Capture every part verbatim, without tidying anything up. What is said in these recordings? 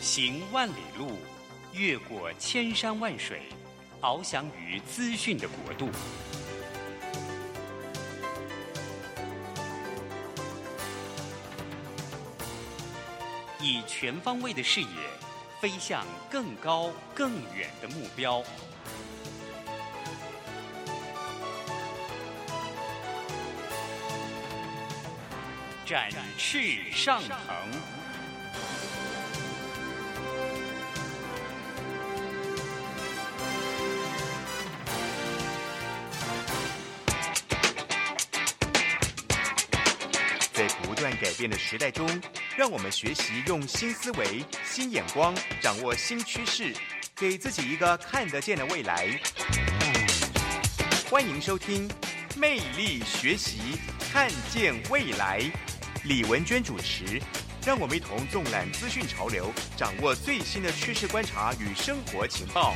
行万里路，越过千山万水，翱翔于资讯的国度。以全方位的视野，飞向更高更远的目标。展翅上腾。 在不断改变的时代中，让我们学习用新思维、新眼光，掌握新趋势，给自己一个看得见的未来。欢迎收听《魅力学习，看见未来》，李文娟主持。让我们一同纵览资讯潮流，掌握最新的趋势观察与生活情报。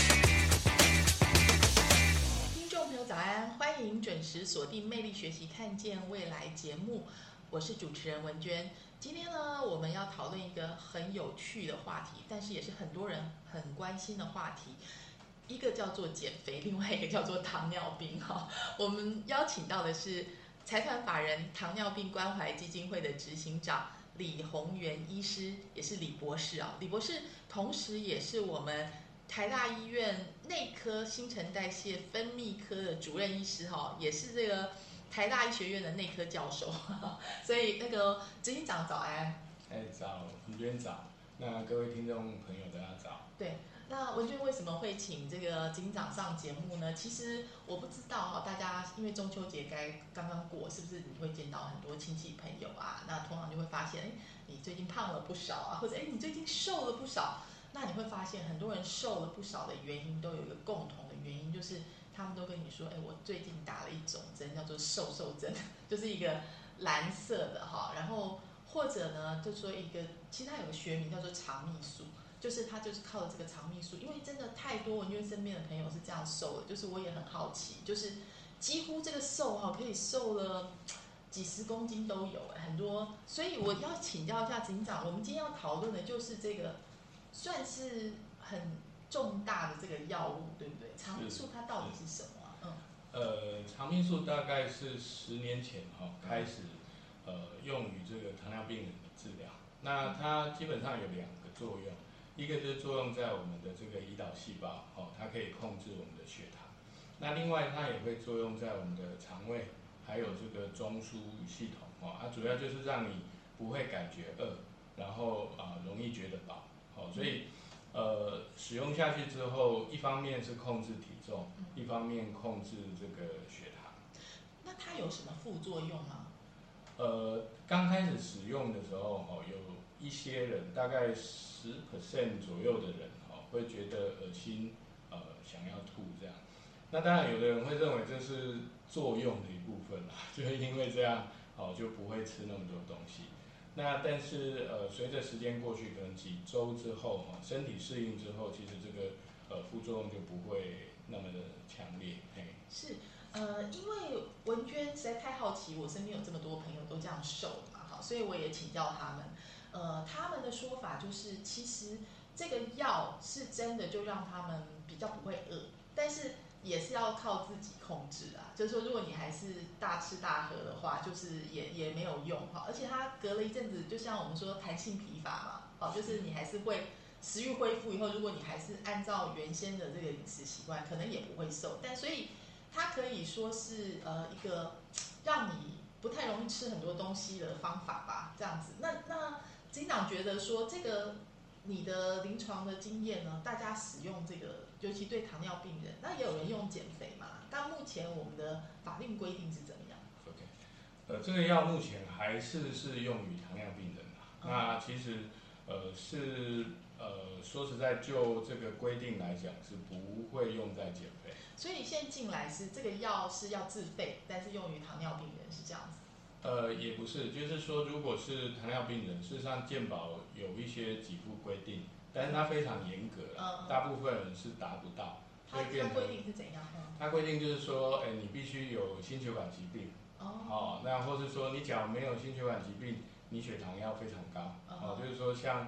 听众朋友早安，欢迎准时锁定《魅力学习，看见未来》节目。我是主持人文娟。今天呢，我们要讨论一个很有趣的话题，但是也是很多人很关心的话题。一个叫做减肥，另外一个叫做糖尿病哈。我们邀请到的是财团法人糖尿病关怀基金会的执行长李宏源医师，也是李博士啊。李博士同时也是我们台大医院内科新陈代谢分泌科的主任医师哈，也是这个台大医学院的内科教授，所以那个执行长早安。 哎，早，文娟早。那各位听众朋友大家早。 对，那文娟为什么会请这个执行长上节目呢？其实我不知道哈，大家因为中秋节该刚刚过，是不是你会见到很多亲戚朋友啊？那通常就会发现，哎，你最近胖了不少啊，或者哎，你最近瘦了不少。那你会发现，很多人瘦了不少的原因都有一个共同的原因，就是他们都跟你说，哎，我最近打了一种针，叫做瘦瘦针，就是一个蓝色的哈。然后或者呢，就说一个，其实它有个学名叫做肠泌素，就是它就是靠这个肠泌素，因为真的太多文娟身边的朋友是这样瘦的，就是我也很好奇，就是几乎这个瘦哈可以瘦了几十公斤都有，很多。所以我要请教一下执行长，我们今天要讨论的就是这个算是很重大的这个药物，对不对？肠泌素它到底是什么啊？嗯， 呃，肠泌素大概是十年前哈、哦、开始呃用于这个糖尿病人的治疗。那它基本上有两个作用，一个就是作用在我们的这个胰岛细胞，哦，它可以控制我们的血糖。那另外它也会作用在我们的肠胃，还有这个中枢系统，哦，它主要就是让你不会感觉饿，然后啊、呃、容易觉得饱，哦，所以。呃，使用下去之后，一方面是控制体重，嗯、一方面控制这个血糖。 那它有什么副作用吗？ 呃，刚开始使用的时候，哦，有一些人，大概十 percent 左右的人，哦，会觉得恶心，呃，想要吐这样。那当然，有的人会认为这是作用的一部分啦，就是因为这样，哦，就不会吃那么多东西。那但是呃，随着时间过去，可能几周之后哈，身体适应之后，其实这个呃副作用就不会那么的强烈。嘿， 是呃，因为文娟实在太好奇，我身边有这么多朋友都这样瘦嘛，好，所以我也请教他们。呃，他们的说法就是，其实这个药是真的就让他们比较不会饿，但是也是要靠自己控制啊，就是说，如果你还是大吃大喝的话，就是也也没有用哈。而且它隔了一阵子，就像我们说弹性疲乏嘛，好，就是你还是会食欲恢复以后，如果你还是按照原先的这个饮食习惯，可能也不会瘦。但所以它可以说是呃一个让你不太容易吃很多东西的方法吧，这样子。那那执行长觉得说这个。你的临床的经验呢？大家使用这个，尤其对糖尿病人，那也有人用减肥嘛？但目前我们的法令规定是怎么样 ？OK， 呃，这个药目前还是是用于糖尿病人啊。嗯、那其实呃是呃说实在，就这个规定来讲，是不会用在减肥。 所以现在进来是这个药是要自费，但是用于糖尿病人是这样子。 呃，也不是，就是说，如果是糖尿病人，事实上健保有一些给付规定，但是它非常严格，嗯、大部分人是达不到， 所以变成它规定是怎样？ 它规定就是说，哎，你必须有心血管疾病，哦，哦那或是说你假如没有心血管疾病，你血糖要非常高，哦，哦就是说像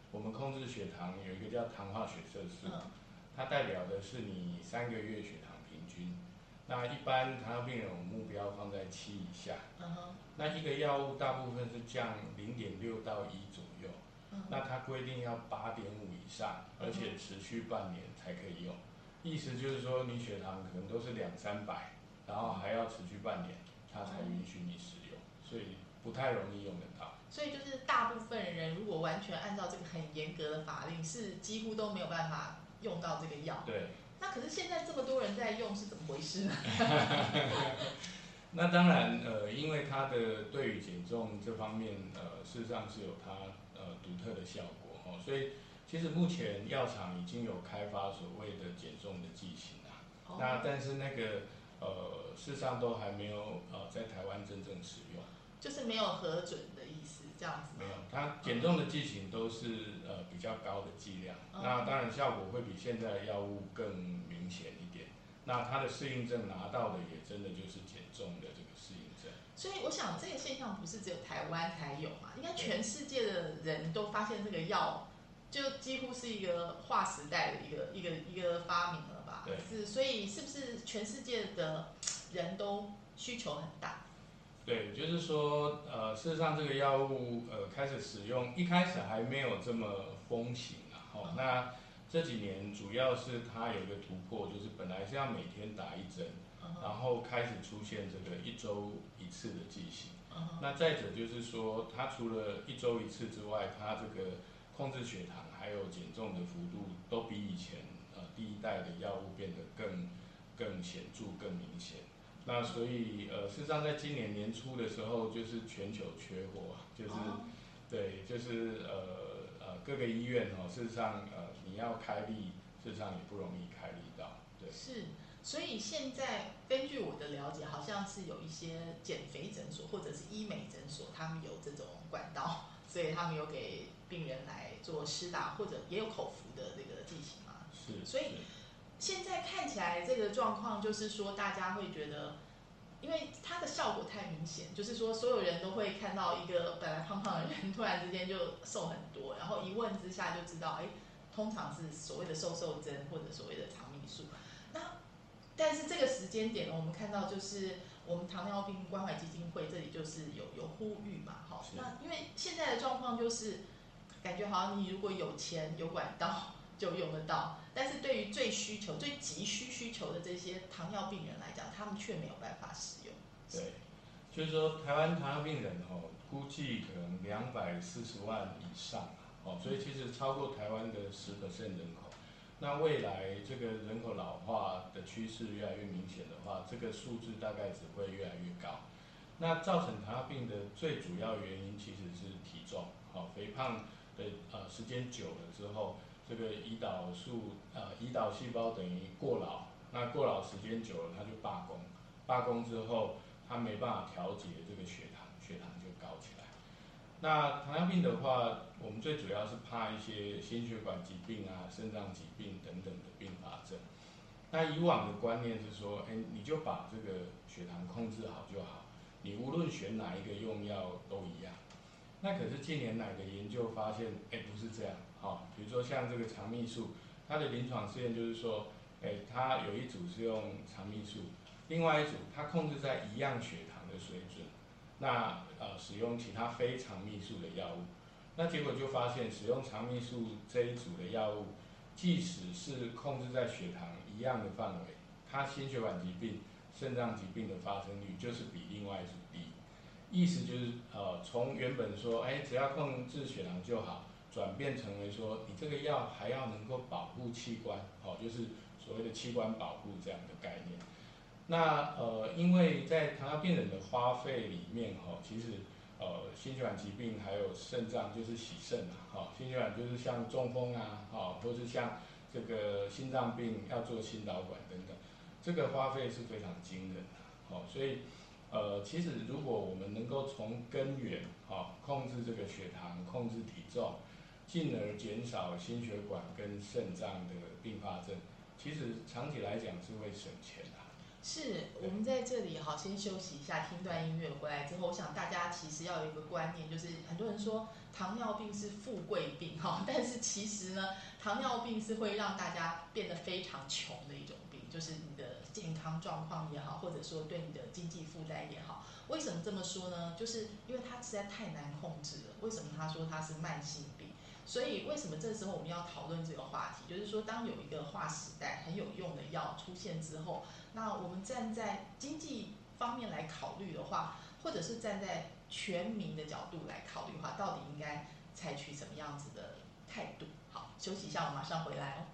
我们控制血糖有一个叫糖化血色素， 嗯它代表的是你三个月血糖平均。那一般糖尿病人我们目标放在七以下， 嗯哼， 那一个药物大部分是降零点六到一左右， 嗯那它规定要八点五以上，而且持续半年才可以用。意思就是说，你血糖可能都是两三百，然后还要持续半年，它才允许你使用，所以不太容易用得到。 所以就是大部分人如果完全按照这个很严格的法令，是几乎都没有办法用到这个药。 对。 那可是现在这么多人在用，是怎么回事呢？ 那当然，呃，因为它的对于减重这方面，呃，事实上是有它呃独特的效果哦，所以其实目前药厂已经有开发所谓的减重的剂型啊， 哦、 那但是那个呃，事实上都还没有呃在台湾真正使用， 就是没有核准的意思，这样子。 没有，它减重的剂型都是呃比较高的剂量， 嗯、 那当然效果会比现在的药物更明显一点。那它的适应症拿到的也真的就是减重的这个适应症， 所以我想这个现象不是只有台湾才有嘛，应该全世界的人都发现这个药，就几乎是一个划时代的一个一个一个发明了吧？ 对， 是，所以是不是全世界的人都需求很大？ 对，就是说，呃，事实上这个药物呃开始使用，一开始还没有这么风行啊，哦，嗯、那。这几年主要是它有一个突破，就是本来是要每天打一针，嗯、然后开始出现这个一周一次的剂型。嗯、那再者就是说，它除了一周一次之外，它这个控制血糖还有减重的幅度都比以前呃第一代的药物变得更更显著、更明显。那所以呃，事实上在今年年初的时候，就是全球缺货，就是、哦、对，就是呃。呃，各个医院哦，事实上，呃，你要开立，事实上也不容易开立到，对。 是，所以现在根据我的了解，好像是有一些减肥诊所或者是医美诊所，他们有这种管道，所以他们有给病人来做施打，或者也有口服的这个剂型嘛。 是。 所以现在看起来这个状况，就是说大家会觉得。因为它的效果太明显，就是说所有人都会看到一个本来胖胖的人突然之间就瘦很多，然后一问之下就知道，哎，通常是所谓的瘦瘦针或者所谓的肠泌素。那但是这个时间点呢，我们看到就是我们糖尿病关怀基金会这里就是有有呼吁嘛，好，那因为现在的状况就是感觉好像你如果有钱有管道就用得到。但是对于最需求、最急需需求的这些糖尿病人来讲，他们却没有办法使用。 对，就是说台湾糖尿病人哦，估计可能两百四十万以上哦，所以其实超过台湾的十 percent 人口。那未来这个人口老化的趋势越来越明显的话，这个数字大概只会越来越高。那造成糖尿病的最主要原因其实是体重，好，肥胖的呃时间久了之后。这个胰岛素呃胰岛细胞等于过劳，那过劳时间久了，它就罢工，罢工之后，它没办法调节这个血糖，血糖就高起来。那糖尿病的话，我们最主要是怕一些心血管疾病啊、肾脏疾病等等的并发症。那以往的观念是说，哎，你就把这个血糖控制好就好，你无论选哪一个用药都一样。那可是近年来的研究发现，哎，不是这样。好，比如说像这个肠泌素，它的临床试验就是说，哎，它有一组是用肠泌素，另外一组它控制在一样血糖的水准，那呃使用其他非肠泌素的药物，那结果就发现使用肠泌素这一组的药物，即使是控制在血糖一样的范围，它心血管疾病、肾脏疾病的发生率就是比另外一组低。意思就是呃从原本说，哎，只要控制血糖就好。转变成为说，你这个药还要能够保护器官，哦，就是所谓的器官保护这样的概念。那呃，因为在糖尿病人的花费里面，哈、哦，其实呃，心血管疾病还有肾脏就是洗肾啊，哈、哦，心血管就是像中风啊，哈、哦，或是像这个心脏病要做心导管等等，这个花费是非常惊人的，哦，所以。呃，其实如果我们能够从根源，哈、哦，控制这个血糖，控制体重，进而减少心血管跟肾脏的并发症，其实长期来讲是会省钱的。 是我们在这里哈，先休息一下，听段音乐回来之后，我想大家其实要有一个观念，就是很多人说糖尿病是富贵病哈，但是其实呢，糖尿病是会让大家变得非常穷的一种病，就是你的健康状况也好，或者说对你的经济负担也好。为什么这么说呢？就是因为它实在太难控制了。为什么他说它是慢性病？所以为什么这时候我们要讨论这个话题？就是说，当有一个划时代很有用的药出现之后，那我们站在经济方面来考虑的话，或者是站在全民的角度来考虑的话，到底应该采取什么样子的态度？好，休息一下，我马上回来哦。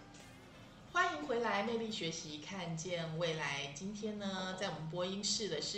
回来，魅力学习，看见未来。今天呢，在我们播音室的是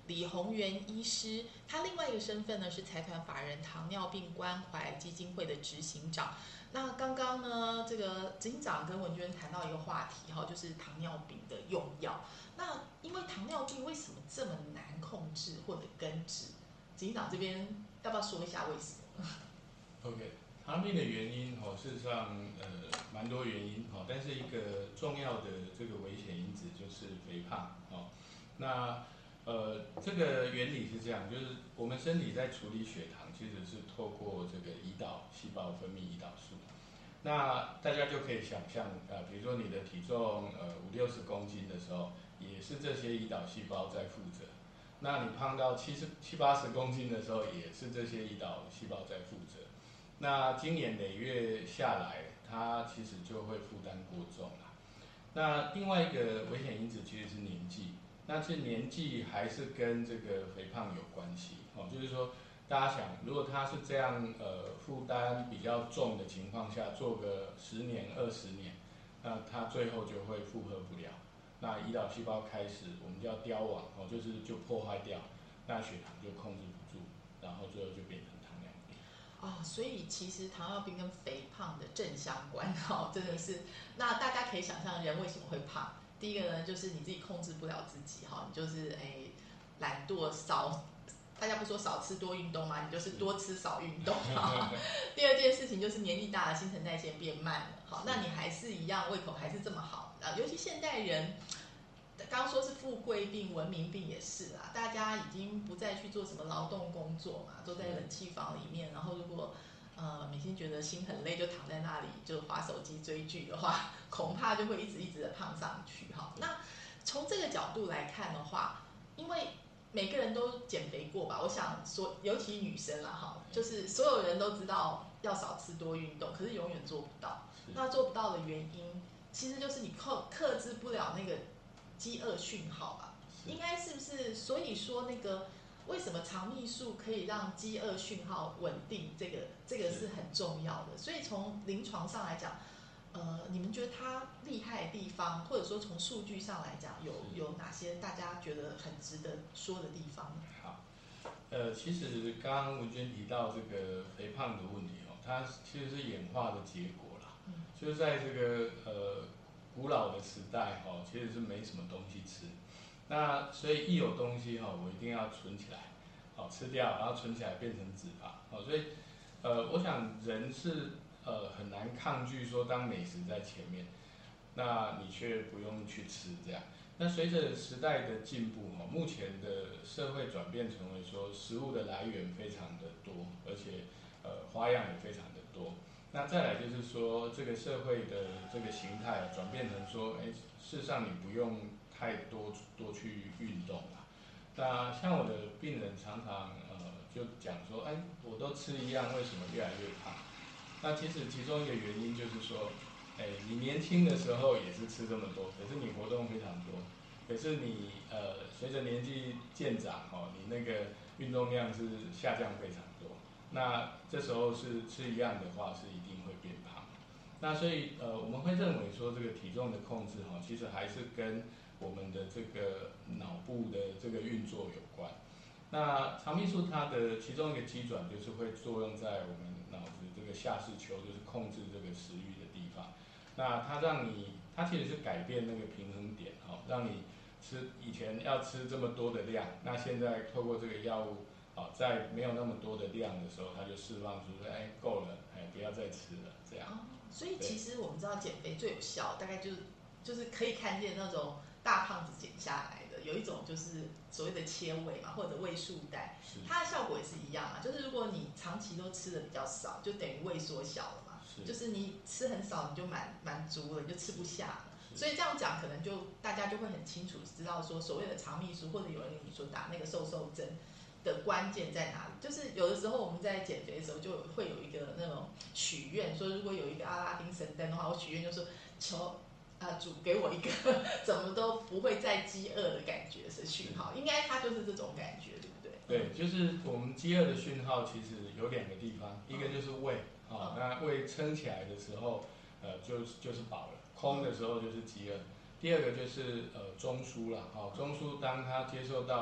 李宏源医师，他另外一个身份呢是财团法人糖尿病关怀基金会的执行长。那刚刚呢，这个执行长跟文娟谈到一个话题哈，就是糖尿病的用药。那因为糖尿病为什么这么难控制或者根治？执行长这边要不要说一下为什么 ？OK， 糖尿病的原因哈，事实上呃蛮多原因哈，但是一个重要的这个危险因子就是肥胖哈。那呃，这个原理是这样，就是我们身体在处理血糖，其实是透过这个胰岛细胞分泌胰岛素。那大家就可以想象，呃，比如说你的体重呃五六十公斤的时候，也是这些胰岛细胞在负责。那你胖到七十七八十公斤的时候，也是这些胰岛细胞在负责。那经年累月下来，它其实就会负担过重了。那另外一个危险因子其实是年纪。那这年纪还是跟这个肥胖有关系哦，就是说，大家想，如果他是这样呃负担比较重的情况下，做个十年、二十年，那他最后就会负荷不了，那胰岛细胞开始我们叫凋亡哦，就是就破坏掉，那血糖就控制不住，然后最后就变成糖尿病。 哦，所以其实糖尿病跟肥胖的正相关哦，真的是。那大家可以想象人为什么会胖？第一个呢，就是你自己控制不了自己哈，你就是哎懒惰少，大家不说少吃多运动吗？你就是多吃少运动哈。第二件事情就是年纪大了，新陈代谢变慢了，好，那你还是一样胃口还是这么好啊？尤其现代人，刚刚说是富贵病、文明病也是啦，大家已经不再去做什么劳动工作嘛，都在冷气房里面，然后如果呃，每天觉得心很累，就躺在那里就滑手机追剧的话，恐怕就会一直一直的胖上去哈。那从这个角度来看的话，因为每个人都减肥过吧，我想说，尤其女生啦哈，就是所有人都知道要少吃多运动，可是永远做不到。那做不到的原因，其实就是你克克制不了那个饥饿讯号吧？应该是不是？所以说那个。为什么肠泌素可以让饥饿讯号稳定？这个这个是很重要的。所以从临床上来讲，呃，你们觉得它厉害的地方，或者说从数据上来讲，有有哪些大家觉得很值得说的地方呢？ 好，呃，其实刚刚文娟提到这个肥胖的问题哦，它其实是演化的结果啦。嗯，就是在这个呃古老的时代哦，其实是没什么东西吃。那所以一有东西哈，我一定要存起来，好吃掉，然后存起来变成脂肪，好，所以呃，我想人是呃很难抗拒说当美食在前面，那你却不用去吃这样。那随着时代的进步哈，目前的社会转变成为说食物的来源非常的多，而且呃花样也非常的多。那再来就是说这个社会的这个形态转变成说，哎，事实上你不用。太多多去运动啦。那像我的病人常常呃就讲说，哎，我都吃一样，为什么越来越胖？那其实其中一个原因就是说，哎，你年轻的时候也是吃这么多，可是你活动非常多，可是你呃随着年纪渐长哦，你那个运动量是下降非常多。那这时候是吃一样的话，是一定会变胖。那所以呃我们会认为说这个体重的控制哈，其实还是跟我们的这个脑部的这个运作有关。那肠泌素它的其中一个机转就是会作用在我们脑子这个下视丘，就是控制这个食欲的地方。那它让你，它其实是改变那个平衡点哈，让你吃以前要吃这么多的量，那现在透过这个药物，啊，在没有那么多的量的时候，它就释放出哎够了，哎不要再吃了这样。 哦，所以其实我们知道减肥最有效，大概就是就是可以看见那种。大胖子减下来的有一种就是所谓的切胃嘛，或者胃束带，它的效果也是一样嘛。就是如果你长期都吃的比较少，就等于胃缩小了嘛。是就是你吃很少，你就满满足了，你就吃不下了。所以这样讲，可能就大家就会很清楚知道说，所谓的肠泌素，或者有人跟你说打那个瘦瘦针的关键在哪里。就是有的时候我们在减肥的时候，就会有一个那种许愿，说如果有一个阿拉丁神灯的话，我许愿就是求。啊，主给我一个怎么都不会再饥饿的感觉是讯号，应该它就是这种感觉，对不对？ 对，就是我们饥饿的讯号其实有两个地方，一个就是胃，啊、哦，那胃撑起来的时候，呃，就就是饱了，空的时候就是饥饿。第二个就是呃中枢了，哈、哦，中枢当它接受到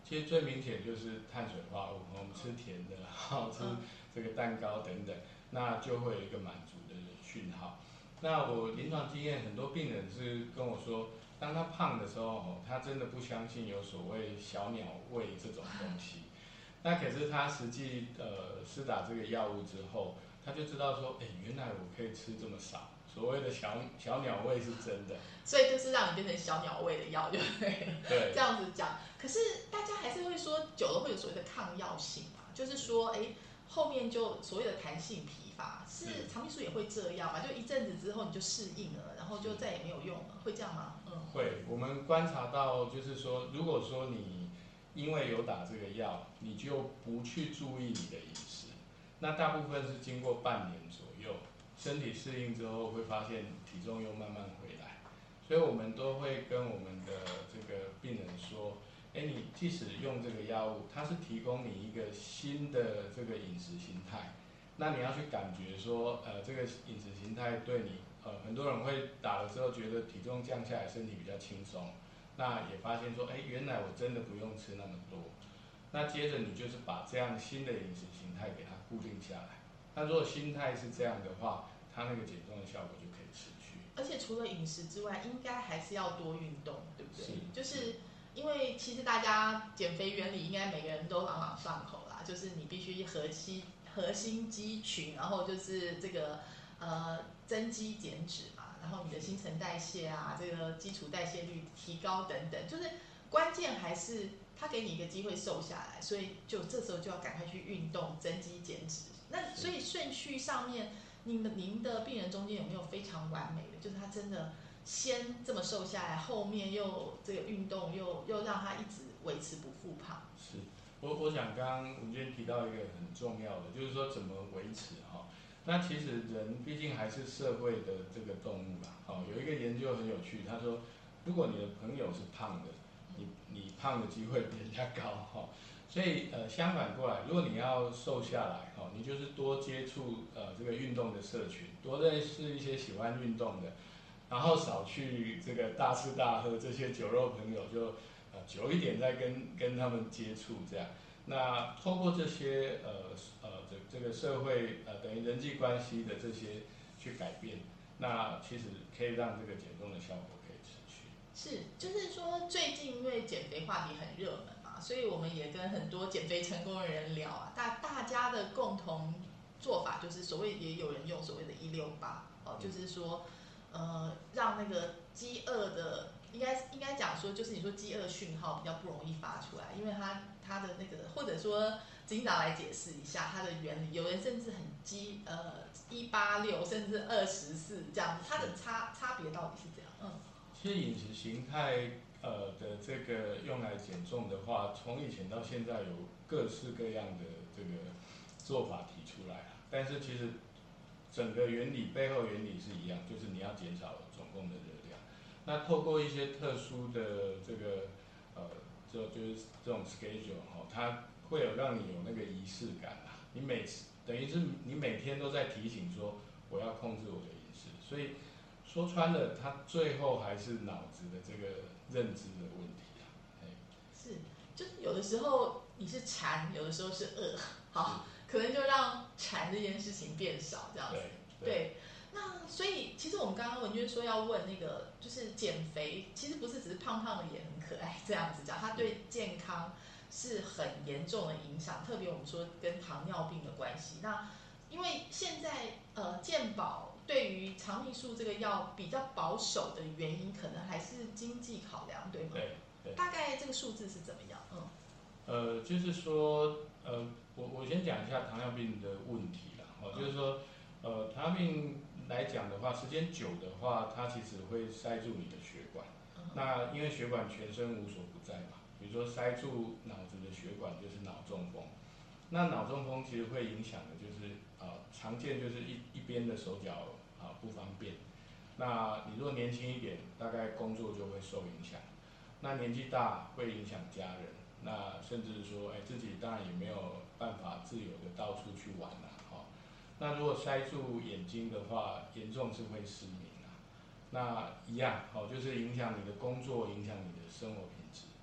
其实最明显就是碳水化合物，我们吃甜的，好吃这个蛋糕等等，那就会有一个满足的讯号。那我临床经验，很多病人是跟我说，当他胖的时候，他真的不相信有所谓小鸟胃这种东西。那可是他实际呃施打这个药物之后，他就知道说，哎，原来我可以吃这么少。所谓的小小鸟胃是真的， 所以就是让你变成小鸟胃的药就对了。 对， 这样子讲。可是大家还是会说，久了会有所谓的抗药性嘛，就是说，哎，后面就所谓的弹性疲乏，是肠泌素也会这样嘛？就一阵子之后你就适应了，然后就再也没有用了，会这样吗？嗯， 会。我们观察到，就是说，如果说你因为有打这个药，你就不去注意你的饮食，那大部分是经过半年左右，身体适应之后，会发现体重又慢慢回来。所以我们都会跟我们的这个病人说，哎，你即使用这个药物，它是提供你一个新的这个饮食形态，那你要去感觉说，呃，这个饮食形态对你，呃，很多人会打了之后觉得体重降下来，身体比较轻松，那也发现说，哎，原来我真的不用吃那么多。那接着你就是把这样新的饮食形态给它固定下来。那如果心态是这样的话，它那个减重的效果就可以持续。 而且除了饮食之外，应该还是要多运动，对不对？ 是， 就是因为其实大家减肥原理应该每个人都朗朗上口啦，就是你必须核心核心肌群，然后就是这个呃增肌减脂嘛，然后你的新陈代谢啊，这个基础代谢率提高等等，就是关键还是他给你一个机会瘦下来，所以就这时候就要赶快去运动增肌减脂。那所以顺序上面。您的您的病人中间有没有非常完美的？就是他真的先这么瘦下来，后面又这个运动又又让他一直维持不复胖。 是，我我想刚刚我们今天提到一个很重要的，就是说怎么维持哈。那其实人毕竟还是社会的这个动物啦。好，有一个研究很有趣，他说，如果你的朋友是胖的，你你胖的机会比人家高哈。所以呃相反过来，如果你要瘦下来哈，你就是多接触呃这个运动的社群，多认识一些喜欢运动的，然后少去这个大吃大喝这些酒肉朋友就，就呃久一点再跟跟他们接触这样。那透过这些呃呃这这个社会呃等于人际关系的这些去改变，那其实可以让这个减重的效果可以持续。 是，就是说最近因为减肥话题很热门。所以我们也跟很多减肥成功的人聊啊，大大家的共同做法就是所谓也有人用所谓的一六八哦，就是说呃让那个饥饿的应该应该讲说就是你说饥饿讯号比较不容易发出来，因为它它的那个或者说执行长来解释一下它的原理，有人甚至很饥呃一八六甚至二十四这样子，它的差差别到底是怎样？嗯， 其实饮食形态。呃的这个用来减重的话，从以前到现在有各式各样的这个做法提出来了，但是其实整个原理背后原理是一样，就是你要减少总共的热量。那透过一些特殊的这个呃，就就是这种 schedule 哈，它会有让你有那个仪式感啦。你每次等于是你每天都在提醒说我要控制我的饮食，所以说穿了，它最后还是脑子的这个认知的问题啊。 是，就是有的时候你是馋，有的时候是饿，好，可能就让馋这件事情变少，这样子。 对。 对，那所以其实我们刚刚文娟说要问那个，就是减肥，其实不是只是胖胖的也很可爱这样子讲，它对健康是很严重的影响，特别我们说跟糖尿病的关系。那因为现在呃健保对于肠泌素这个药比较保守的原因，可能还是经济考量，对吗？ 对对。 大概这个数字是怎么样？嗯。 呃，就是说，呃，我我先讲一下糖尿病的问题啦，哦，就是说，呃，糖尿病来讲的话，时间久的话，它其实会塞住你的血管。嗯、那因为血管全身无所不在嘛，比如说塞住脑子的血管就是脑中风。那脑中风其实会影响的就是啊、呃，常见就是一一边的手脚啊、呃、不方便。那你如果年轻一点，大概工作就会受影响。那年纪大会影响家人，那甚至说，哎，自己当然也没有办法自由的到处去玩啦，哈、哦。那如果塞住眼睛的话，严重是会失明啊。那一样，好、哦，就是影响你的工作，影响你的生活品质。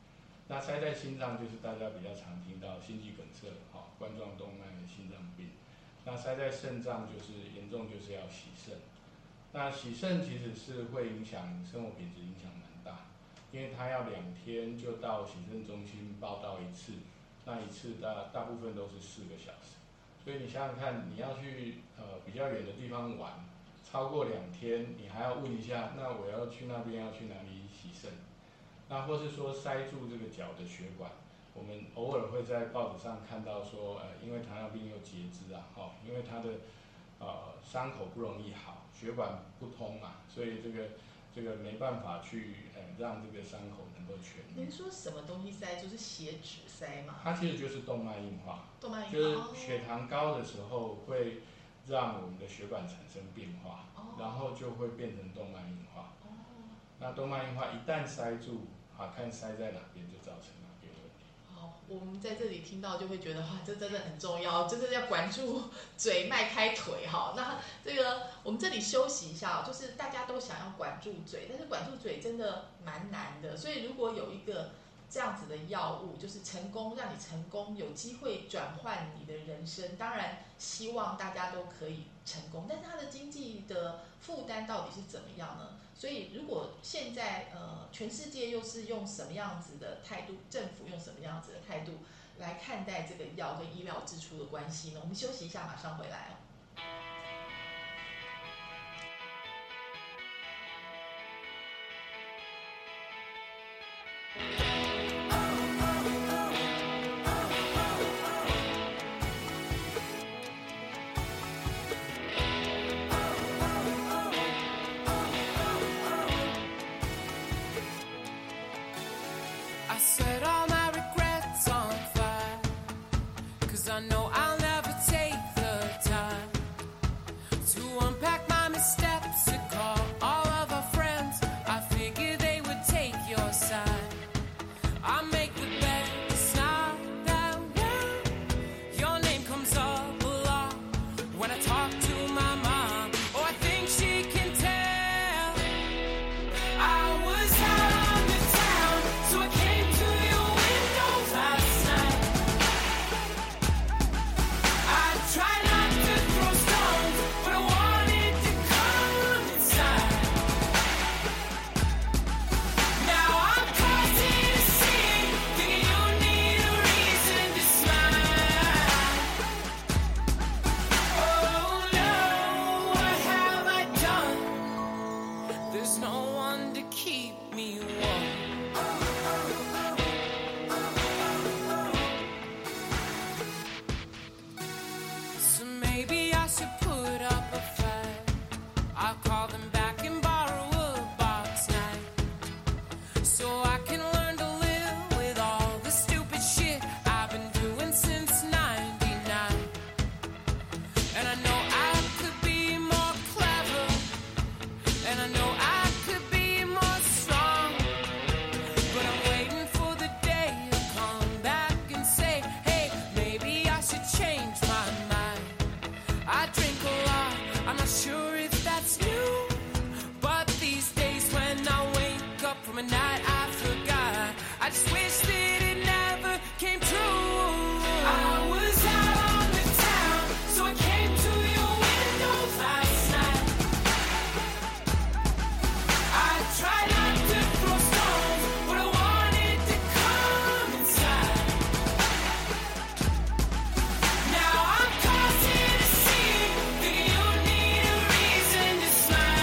那塞在心脏就是大家比较常听到心肌梗塞、哈、冠状动脉心脏病。那塞在肾脏就是严重就是要洗肾。那洗肾其实是会影响生活品质，影响蛮大，因为他要两天就到洗肾中心报到一次，那一次大大部分都是四个小时。所以你想想看，你要去呃比较远的地方玩，超过两天，你还要问一下，那我要去那边要去哪里洗肾？那或是说塞住这个脚的血管，我们偶尔会在报纸上看到说，呃，因为糖尿病又截肢啊，哈、哦，因为他的呃伤口不容易好，血管不通嘛，所以这个这个没办法去呃让这个伤口能够痊愈。 您说什么东西塞住？是血脂塞吗？ 它其实就是动脉硬化， 动脉硬化就是血糖高的时候会让我们的血管产生变化，哦、然后就会变成动脉硬化。哦、那动脉硬化一旦塞住，啊，看塞在哪边就造成哪边问题。 好，我们在这里听到就会觉得哇，这真的很重要，真的要管住嘴，迈开腿哈。那这个我们这里休息一下，就是大家都想要管住嘴，但是管住嘴真的蛮难的。所以如果有一个这样子的药物，就是成功让你成功有机会转换你的人生，当然希望大家都可以成功，但是它的经济的负担到底是怎么样呢？所以如果现在呃全世界又是用什么样子的态度，政府用什么样子的态度来看待这个药跟医疗支出的关系呢？我们休息一下，马上回来哦。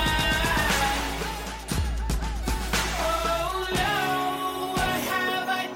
Oh no, what have I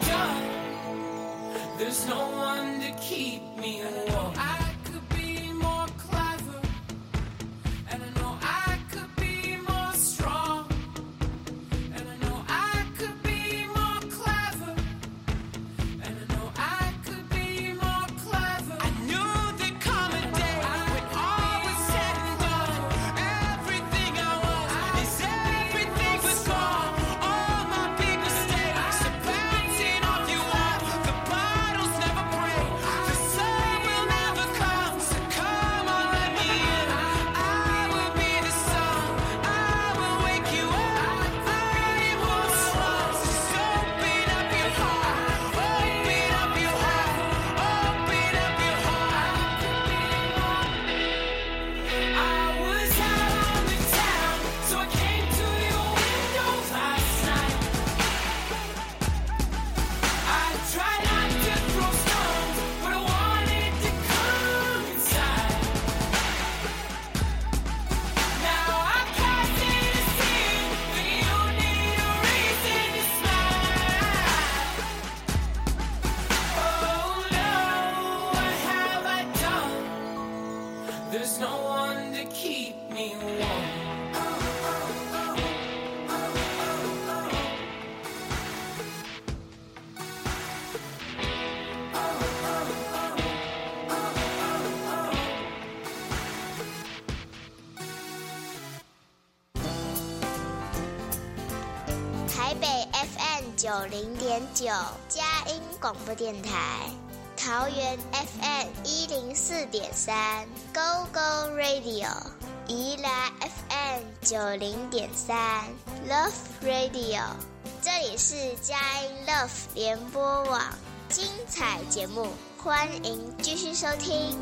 台北 F M 九零点九佳音广播电台，桃园 F M 一零四点三 Go Go Radio， 宜兰 F M 九零点三 Love Radio， 这里是佳音 Love 联播网，精彩节目，欢迎继续收听。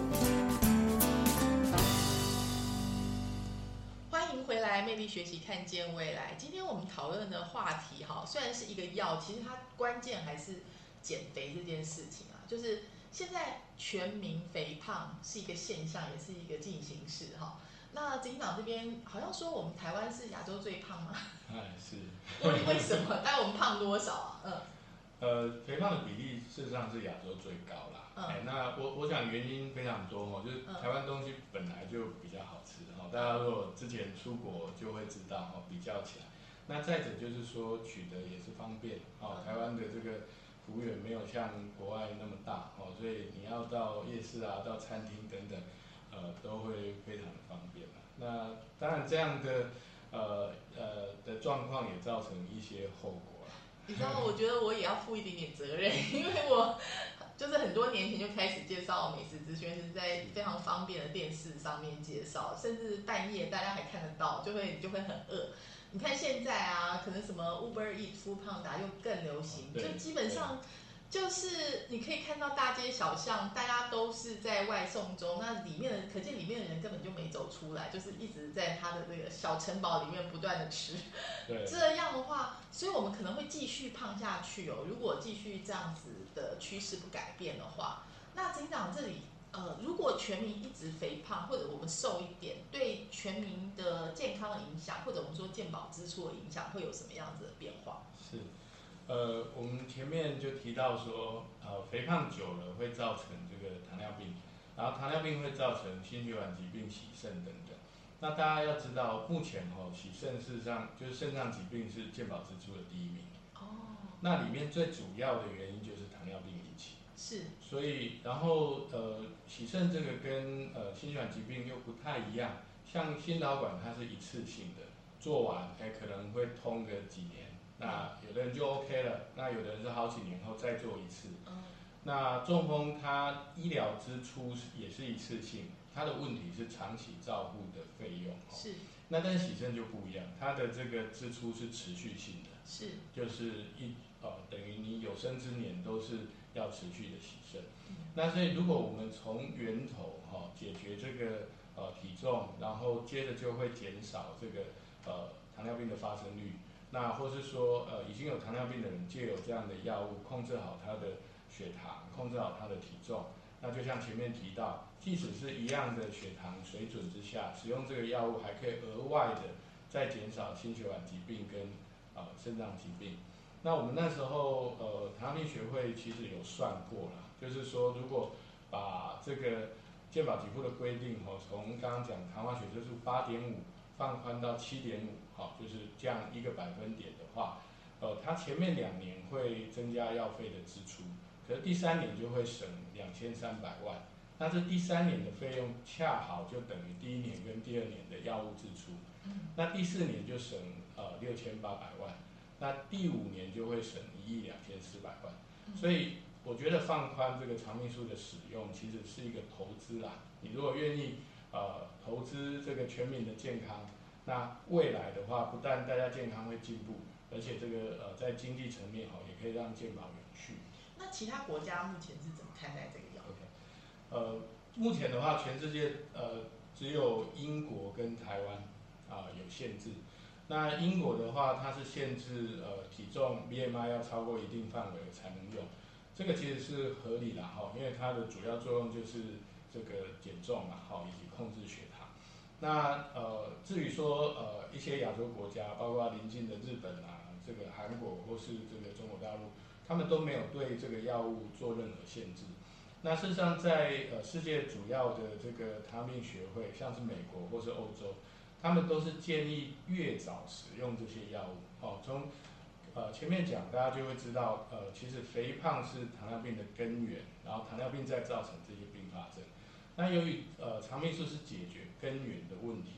回来魅力学习，看见未来。今天我们讨论的话题哈，虽然是一个药，其实它关键还是减肥这件事情啊。就是现在全民肥胖是一个现象，也是一个进行式哈。那警长这边好像说我们台湾是亚洲最胖吗？ 哎，是。 为为什么？但我们胖多少啊？嗯。 呃，肥胖的比例事实上是亚洲最高啦。嗯。哎，那我我想原因非常多哈，就是台湾东西本来就比较好吃哈，大家如果之前出国就会知道哈，比较起来。那再者就是说取得也是方便哦，台湾的这个幅员没有像国外那么大哦，所以你要到夜市啊、到餐厅等等，呃，都会非常的方便啦。那当然这样的呃呃的状况也造成一些后果。 你知道，我觉得我也要负一点点责任，因为我就是很多年前就开始介绍美食资讯，是在非常方便的电视上面介绍，甚至半夜大家还看得到，就会就会很饿。你看现在啊，可能什么 Uber Eats、Foodpanda 又更流行，就基本上就是你可以看到大街小巷，大家都是在外送中，那里面的可见里面的人根本就没走出来，就是一直在他的这个小城堡里面不断的吃。这样的话，所以我们可能会继续胖下去哦。如果继续这样子的趋势不改变的话，那警长这里呃，如果全民一直肥胖，或者我们瘦一点，对全民的健康的影响，或者我们说健保支出的影响，会有什么样子的变化？ 是。呃，我们前面就提到说，呃，肥胖久了会造成这个糖尿病，然后糖尿病会造成心血管疾病、洗肾等等。那大家要知道，目前哦，洗肾事实上就是肾脏疾病是健保支出的第一名。哦。那里面最主要的原因就是糖尿病引起。 是。 所以，然后呃，洗肾这个跟呃心血管疾病又不太一样，像心导管它是一次性的，做完哎可能会通个几年。那有的人就 OK 了，那有的人是好几年后再做一次。嗯、那中风它医疗支出也是一次性，它的问题是长期照护的费用。 是。那但洗肾就不一样，它的这个支出是持续性的。 是。 就是一呃等于你有生之年都是要持续的洗肾。嗯、那所以如果我们从源头哈、哦、解决这个呃体重，然后接着就会减少这个呃糖尿病的发生率。那或是说，呃，已经有糖尿病的人借由这样的药物控制好他的血糖，控制好他的体重，那就像前面提到，即使是一样的血糖水准之下，使用这个药物还可以额外的再减少心血管疾病跟呃肾脏疾病。那我们那时候呃糖尿病学会其实有算过啦，就是说如果把这个健保给付的规定哦，从刚刚讲糖化血色素八点五放宽到七点五。好，就是降一个百分点的话，呃，它前面两年会增加药费的支出，可是第三年就会省两千三百万。那这第三年的费用恰好就等于第一年跟第二年的药物支出，那第四年就省呃六千八百万，那第五年就会省一亿两千四百万。所以我觉得放宽这个长命素的使用其实是一个投资啦。你如果愿意呃投资这个全民的健康。那未来的话，不但大家健康会进步，而且这个呃在经济层面哈、哦，也可以让健保永续。 那其他国家目前是怎么看待这个药 ？OK， 呃，目前的话，全世界呃只有英国跟台湾啊、呃、有限制。那英国的话，它是限制呃体重 B M I 要超过一定范围才能用，这个其实是合理的哈，因为它的主要作用就是这个减重嘛，哈，以及控制血糖。那呃，至于说呃一些亚洲国家，包括邻近的日本啊、这个韩国或是这个中国大陆，他们都没有对这个药物做任何限制。那事实上在，呃世界主要的这个糖尿病学会，像是美国或是欧洲，他们都是建议越早使用这些药物。哦，从呃前面讲，大家就会知道，呃，其实肥胖是糖尿病的根源，然后糖尿病再造成这些并发症。那由于呃肠病素是解决根源的问题，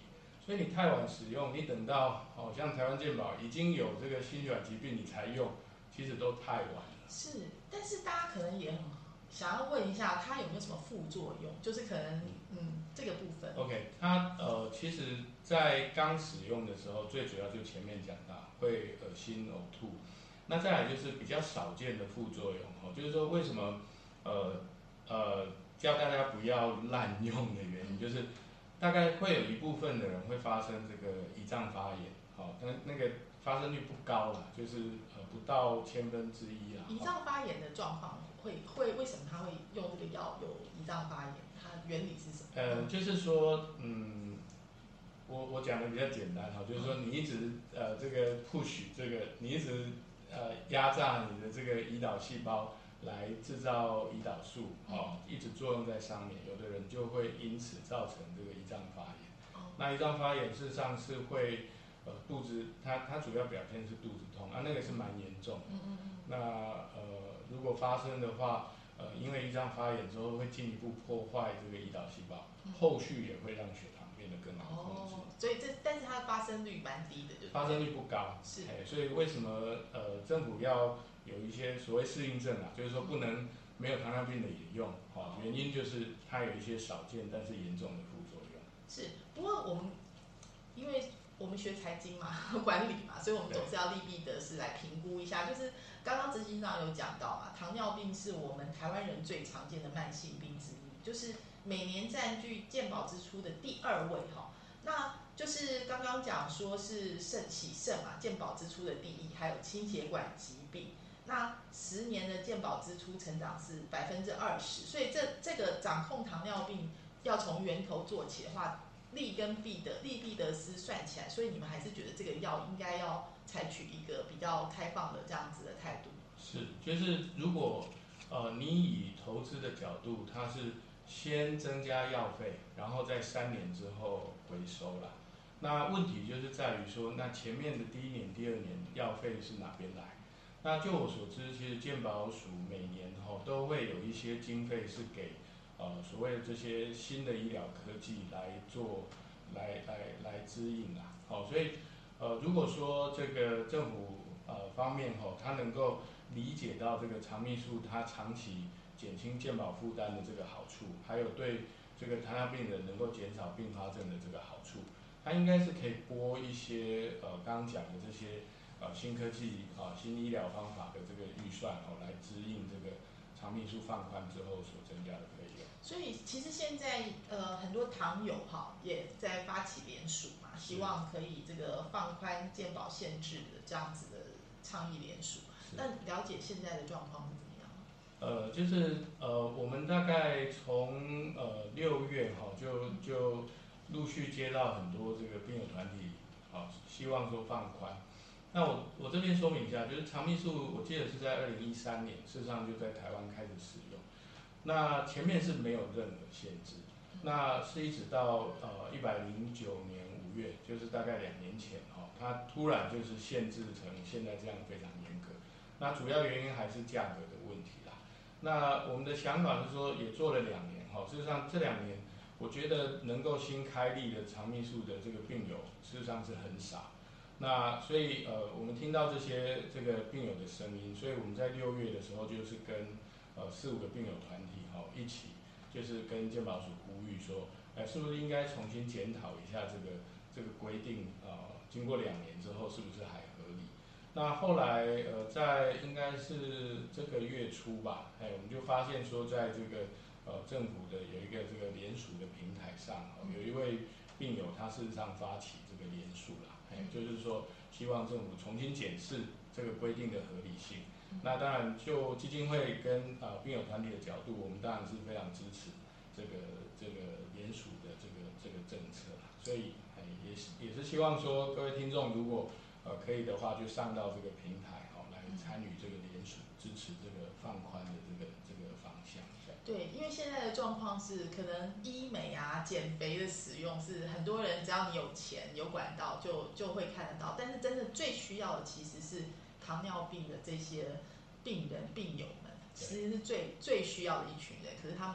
所以你太晚使用，你等到好、哦、像台湾健保已经有这个心血管疾病你才用，其实都太晚了。 是，但是大家可能也很想要问一下，它有没有什么副作用？就是可能嗯这个部分。 OK， 它呃其实在刚使用的时候，最主要就前面讲到会恶心呕吐，那再来就是比较少见的副作用哦，就是说为什么呃呃教大家不要滥用的原因，就是大概会有一部分的人会发生这个胰脏发炎，好、哦，那那个发生率不高啦，就是呃不到千分之一啦。 胰脏发炎的状况会会为什么他会用这个药有胰脏发炎？它原理是什么？ 呃，就是说，嗯，我我讲的比较简单哈，就是说你一直呃这个 push 这个，你一直呃压榨你的这个胰岛细胞来制造胰岛素，哦，一直作用在上面，有的人就会因此造成这个胰脏发炎。 哦、 那胰脏发炎事实上是会呃肚子，它它主要表现是肚子痛啊，那个是蛮严重的。 嗯嗯嗯。 那呃如果发生的话，呃因为胰脏发炎之后会进一步破坏这个胰岛细胞， 嗯、 后续也会让血糖变得更难控制。 哦，所以这但是它的发生率蛮低的，对不对？ 发生率不高， 是。 哎，所以为什么呃政府要有一些所谓适应症啊，就是说不能没有糖尿病的也用，哦，原因就是它有一些少见但是严重的副作用。 是，不过我们因为我们学财经嘛，管理嘛，所以我们总是要利弊得失来评估一下。就是刚刚执行长有讲到嘛，糖尿病是我们台湾人最常见的慢性病之一，就是每年占据健保支出的第二位哈。那就是刚刚讲说是肾洗肾嘛，健保支出的第一，还有心血管疾病。那十年的健保支出成长是百分之二十，所以这这个掌控糖尿病要从源头做起的话，利跟弊的利弊得失算起来，所以你们还是觉得这个药应该要采取一个比较开放的这样子的态度。 是，就是如果呃你以投资的角度，它是先增加药费，然后在三年之后回收啦。那问题就是在于说，那前面的第一年、第二年药费是哪边来？那就我所知，其实健保署每年吼、哦、都会有一些经费是给呃所谓的这些新的医疗科技来做，来来来指引啦。好、哦，所以呃如果说这个政府呃方面吼、哦，它能够理解到这个肠泌素它长期减轻健保负担的这个好处，还有对这个糖尿病人能够减少并发症的这个好处，它应该是可以拨一些呃刚刚讲的这些呃新科技啊、呃、新医疗方法的这个预算哦，来支应这个肠泌素放宽之后所增加的费用。 所以其实现在呃很多糖友哈也在发起联署嘛，希望可以这个放宽健保限制的这样子的倡议联署。那了解现在的状况是怎么样？ 呃，就是呃，我们大概从呃六月哈、哦，就就陆续接到很多这个病友团体，啊、哦，希望说放宽。那我我这边说明一下，就是肠泌素，我记得是在二零一三年，事实上就在台湾开始使用。那前面是没有任何限制，那是一直到呃一百零九年五月，就是大概两年前哈、哦，它突然就是限制成现在这样非常严格。那主要原因还是价格的问题啦。那我们的想法是说，也做了两年哈，事实上这两年，我觉得能够新开立的肠泌素的这个病友，事实上是很少。那所以呃，我们听到这些这个病友的声音，所以我们在六月的时候，就是跟呃四五个病友团体哈、哦、一起，就是跟健保署呼吁说，哎，是不是应该重新检讨一下这个这个规定啊、呃？经过两年之后，是不是还合理？那后来呃，在应该是这个月初吧，哎，我们就发现说，在这个呃政府的有一个这个联署的平台上，哦、有一位病友他事实上发起这个联署啦，哎，就是说希望政府重新检视这个规定的合理性。那当然，就基金会跟啊、呃、病友团体的角度，我们当然是非常支持这个这个联署的这个这个政策啦。所以哎，也是也是希望说各位听众如果呃，可以的话，就上到这个平台哦，来参与这个联署，支持这个放宽的这个这个方向。 对，因为现在的状况是，可能医美啊、减肥的使用是很多人只要你有钱、有管道就就会看得到，但是真的最需要的其实是糖尿病的这些病人、病友们，其实是最最需要的一群人，可是他们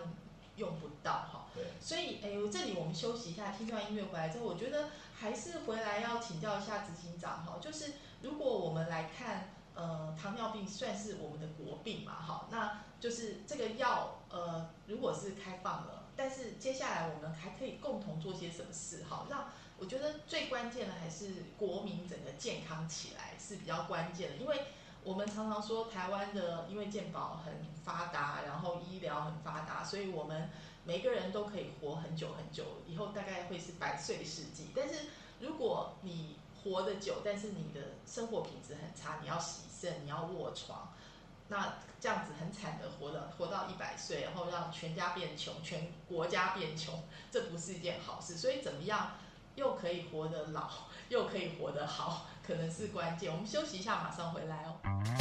用不到哈。 对。 所以哎，这里我们休息一下，听段音乐回来之后，我觉得还是回来要请教一下执行长哈，就是如果我们来看。呃，糖尿病算是我们的国病嘛，哈，那就是这个药，呃，如果是开放了，但是接下来我们还可以共同做些什么事，哈，让我觉得最关键的还是国民整个健康起来是比较关键的，因为我们常常说台湾的因为健保很发达，然后医疗很发达，所以我们每个人都可以活很久很久，以后大概会是百岁世纪，但是如果你活得久，但是你的生活品质很差，你要洗肾，你要卧床，那这样子很惨的活到活到一百岁，然后让全家变穷，全国家变穷，这不是一件好事。所以怎么样又可以活得老，又可以活得好，可能是关键。我们休息一下，马上回来哦。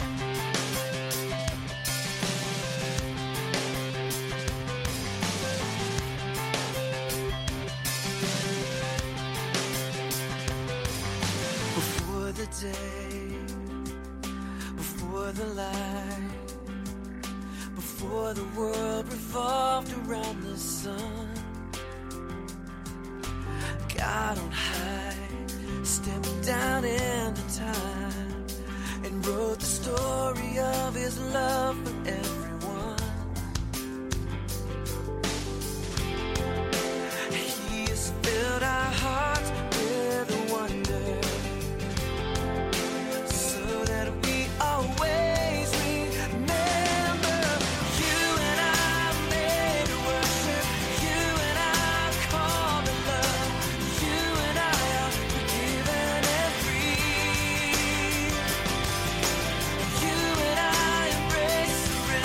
The day before the light, before the world revolved around the sun, God on high stepped down into time and wrote the story of his love for everyone. He has filled our hearts with a wonder, always remember you and I made to worship, you and I called to love, you and I are forgiven and free, you and I embrace surrender.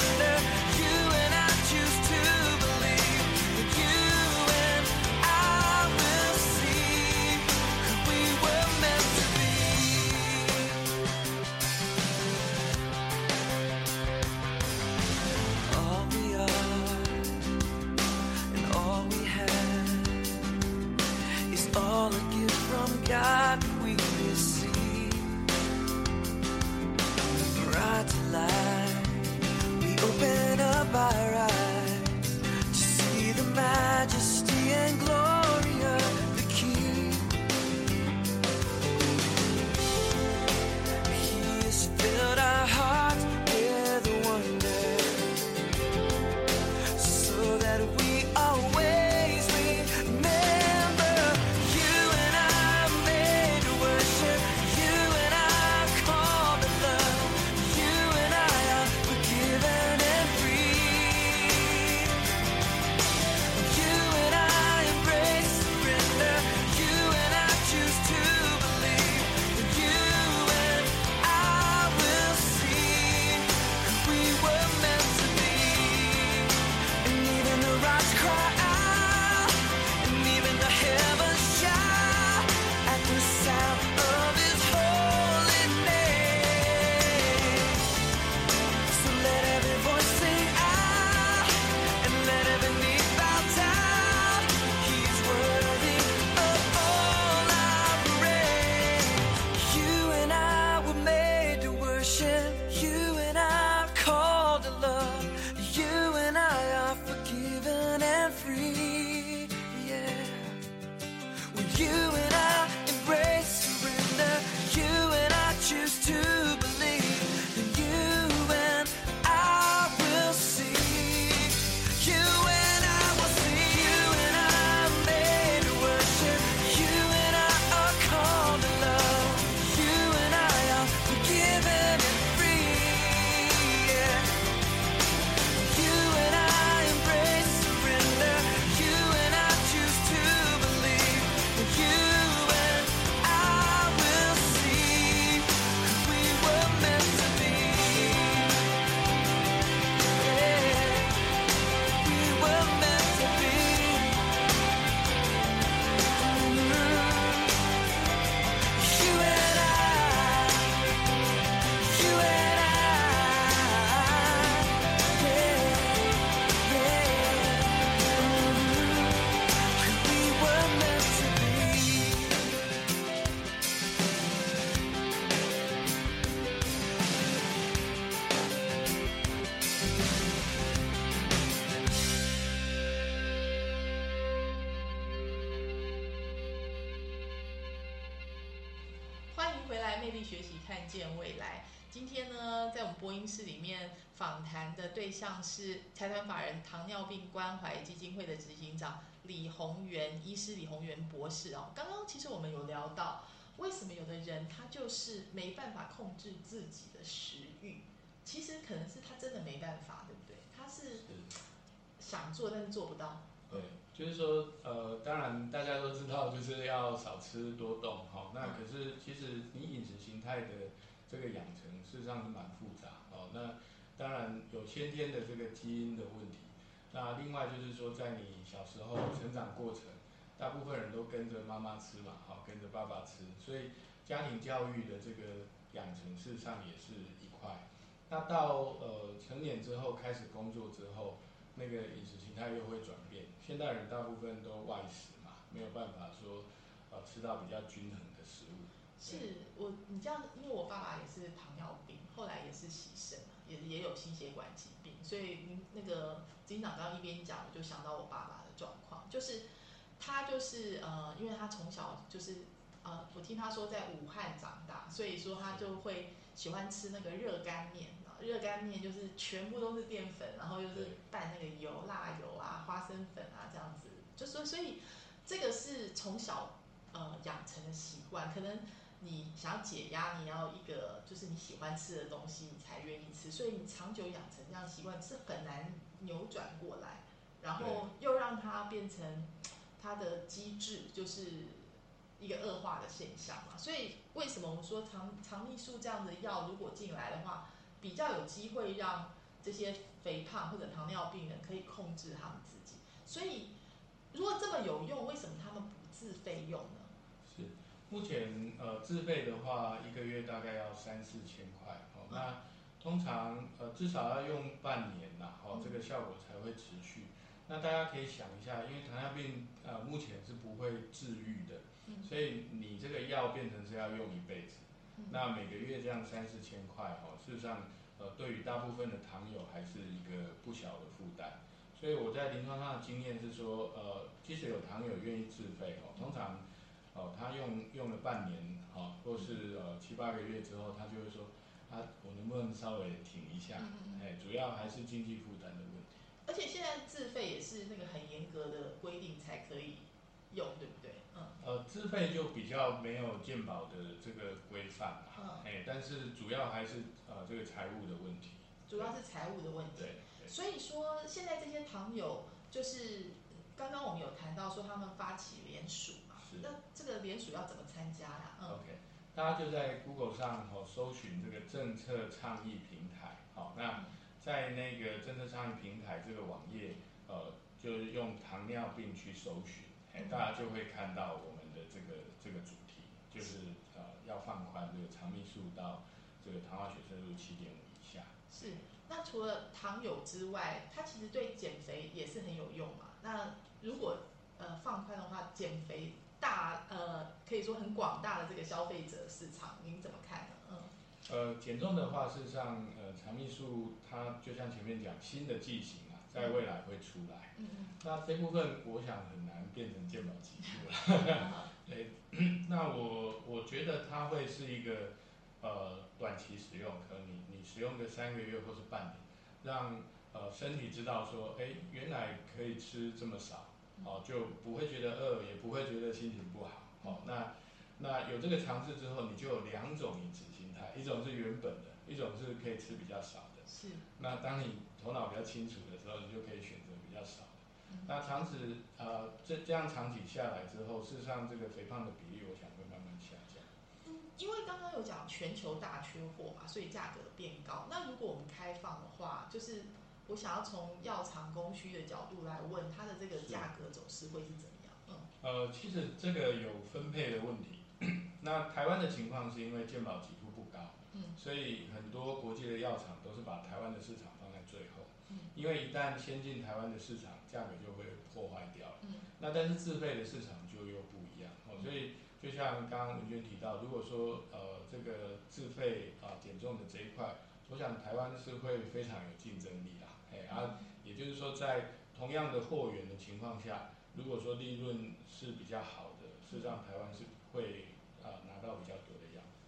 魅力学习，看见未来。今天呢，在我们播音室里面访谈的对象是财团法人糖尿病关怀基金会的执行长李宏源医师，李宏源博士哦。刚刚其实我们有聊到，为什么有的人他就是没办法控制自己的食欲？其实可能是他真的没办法，对不对？他是想做但是做不到。 对，就是说，呃，当然大家都知道，就是要少吃多动，哈、哦。那可是其实你饮食形态的这个养成，事实上是蛮复杂，哦。那当然有先天的这个基因的问题，那另外就是说，在你小时候成长过程，大部分人都跟着妈妈吃嘛，好、哦，跟着爸爸吃，所以家庭教育的这个养成，事实上也是一块。那到呃成年之后，开始工作之后，那个饮食形态又会转变。现代人大部分都外食嘛，没有办法说呃吃到比较均衡的食物。 是我你这样，因为我爸爸也是糖尿病，后来也是洗肾嘛，也也有心血管疾病，所以您那个警长刚刚一边讲，我就想到我爸爸的状况，就是他就是呃，因为他从小就是呃，我听他说在武汉长大，所以说他就会喜欢吃那个热干面。热干面就是全部都是淀粉，然后又是拌那个油、辣油啊、花生粉啊这样子，就说所以这个是从小呃养成的习惯。可能你想要解压，你要一个就是你喜欢吃的东西，你才愿意吃，所以你长久养成这样的习惯是很难扭转过来，然后又让它变成它的机制，就是一个恶化的现象嘛。所以为什么我们说肠肠泌素这样的药如果进来的话，比较有机会让这些肥胖或者糖尿病人可以控制他们自己。所以如果这么有用，为什么他们不自费用呢？ 是，目前呃自费的话，一个月大概要三四千块哦。那通常呃至少要用半年呐，哦，这个效果才会持续。那大家可以想一下，因为糖尿病呃目前是不会治愈的，所以你这个药变成是要用一辈子。那每个月这样三四千块哦，事实上呃对于大部分的糖友还是一个不小的负担。所以我在临床上的经验是说，呃，即使有糖友愿意自费哦，通常哦他用用了半年哦，或是呃七八个月之后，他就会说，啊我能不能稍微停一下？哎，主要还是经济负担的问题。 而且现在自费也是那个很严格的规定才可以用，对不对？嗯。 呃，自费就比较没有健保的这个规范啦，嗯，哎，但是主要还是呃这个财务的问题。 主要是财务的问题。 对。对所以说，现在这些糖友就是刚刚我们有谈到说他们发起联署嘛，那这个联署要怎么参加呀？嗯 OK， 大家就在 Google 上哦搜寻这个政策倡议平台，好，那在那个政策倡议平台这个网页，呃，就是用糖尿病去搜寻，哎，大家就会看到我们的这个这个主题，就是呃要放宽这个肠泌素到这个糖化血色素七点五以下。 是。那除了糖友之外，它其实对减肥也是很有用嘛。那如果呃放宽的话，减肥大呃可以说很广大的这个消费者市场，您怎么看呢？嗯。 呃，减重的话，事实上，呃，肠泌素它就像前面讲，新的剂型啊，在未来会出来。嗯嗯。那这部分我想很难变成健保给付了。对，那我我觉得它会是一个。呃，短期使用，可能你你使用个三个月或是半年，让呃身体知道说，哎，原来可以吃这么少，哦，就不会觉得饿，也不会觉得心情不好，哦，那那有这个尝试之后，你就有两种饮食心态，一种是原本的，一种是可以吃比较少的。 是。 那当你头脑比较清楚的时候，你就可以选择比较少的。嗯、那长此呃这这样长期下来之后，事实上这个肥胖的比例，我想会慢慢下降。 因为刚刚有讲全球大缺货嘛，所以价格变高。那如果我们开放的话，就是我想要从药厂供需的角度来问，它的这个价格走势会是怎么样？嗯。 呃，其实这个有分配的问题。那台湾的情况是因为健保给付不高，嗯，所以很多国际的药厂都是把台湾的市场放在最后，嗯，因为一旦先进台湾的市场，价格就会破坏掉了，嗯，那但是自费的市场就又不一样，哦，所以。就像刚刚文娟提到，如果说呃这个自费啊减重的这一块，我想台湾是会非常有竞争力啦，哎啊，也就是说在同样的货源的情况下，如果说利润是比较好的，事实上台湾是会啊拿到比较多的药。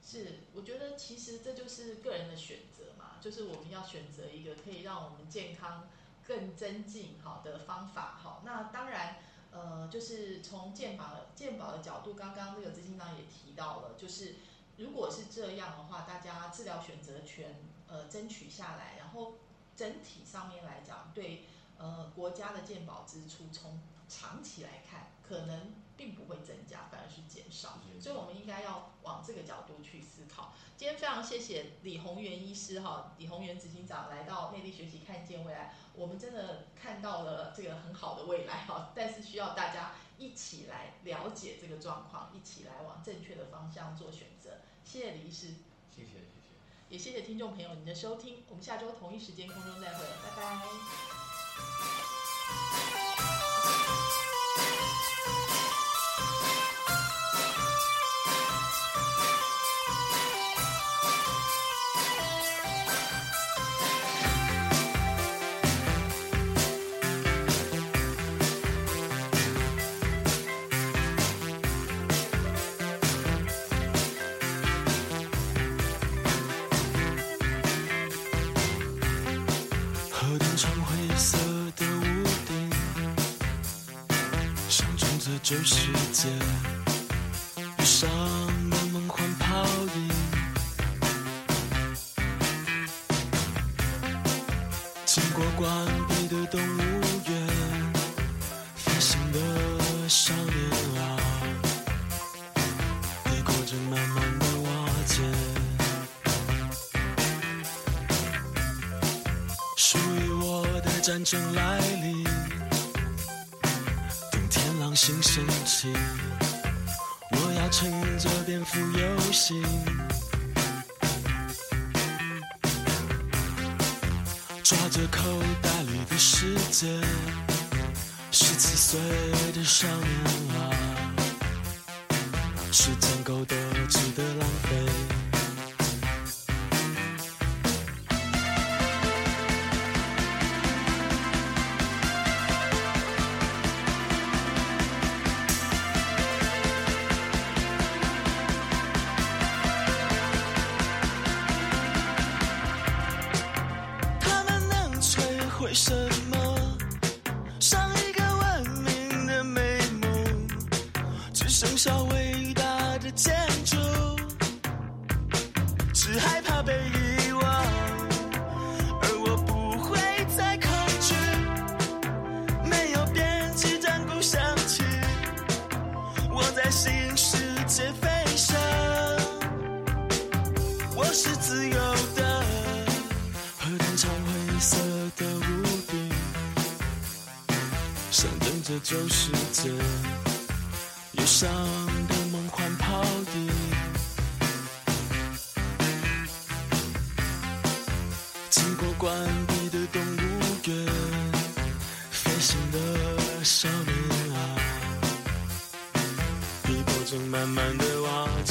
是，我觉得其实这就是个人的选择嘛，就是我们要选择一个可以让我们健康更增进好的方法。好，那当然，呃，就是从健保健保的角度，刚刚那个执行长也提到了，就是如果是这样的话，大家治疗选择权呃争取下来，然后整体上面来讲，对呃国家的健保支出从长期来看，可能并不会增加，反而是减少，所以我们应该要往这个角度去思考。今天非常谢谢李宏源医师哈，李宏源执行长来到魅力学习看见未来，我们真的看到了这个很好的未来哈，但是需要大家一起来了解这个状况，一起来往正确的方向做选择。谢谢李医师， 谢谢谢谢， 也谢谢听众朋友您的收听，我们下周同一时间空中再会，拜拜。 河灯长灰色的屋顶，象征着旧世界遇上的梦幻泡影。经过关闭的动物园，飞行的少年啊，帝国正慢慢的瓦解。属于我的战争来临，等天狼星升起，我要乘着蝙蝠游行，抓着口袋里的世界，十七岁的少年啊，时间够得值得浪费。为什么上一个文明的美梦只剩下伟大的建筑，只害怕被遗忘，而我不会再恐惧，没有边际战鼓响起，我在新世界飞翔，我是自由的。河灯长灰色的屋顶，象征着旧世界忧伤的梦幻泡影。经过关闭的动物园，飞行的少年啊，帝国正慢慢的瓦解。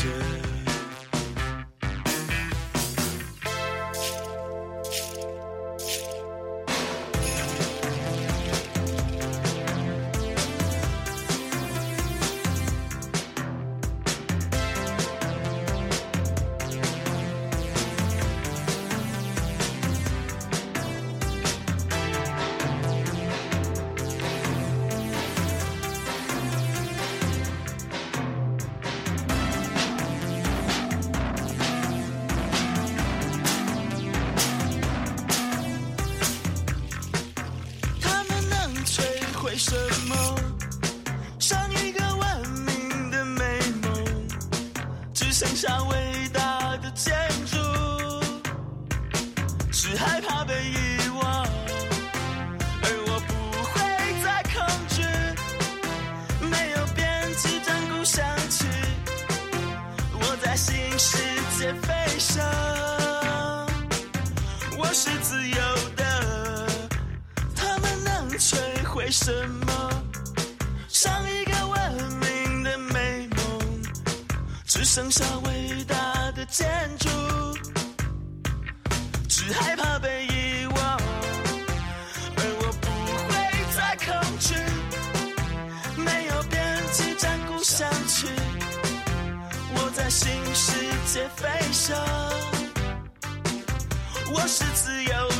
为什么上一个文明的美梦只剩下伟大的建筑，只害怕被遗忘，而我不会再恐惧，没有边际战鼓响起，我在新世界飞翔，我是自由的，他们能摧毁什么？上一个文明的美梦只剩下伟大的建筑，只害怕被遗忘，而我不会再恐惧，没有边际战鼓响起，我在着新世界飞翔。我是自由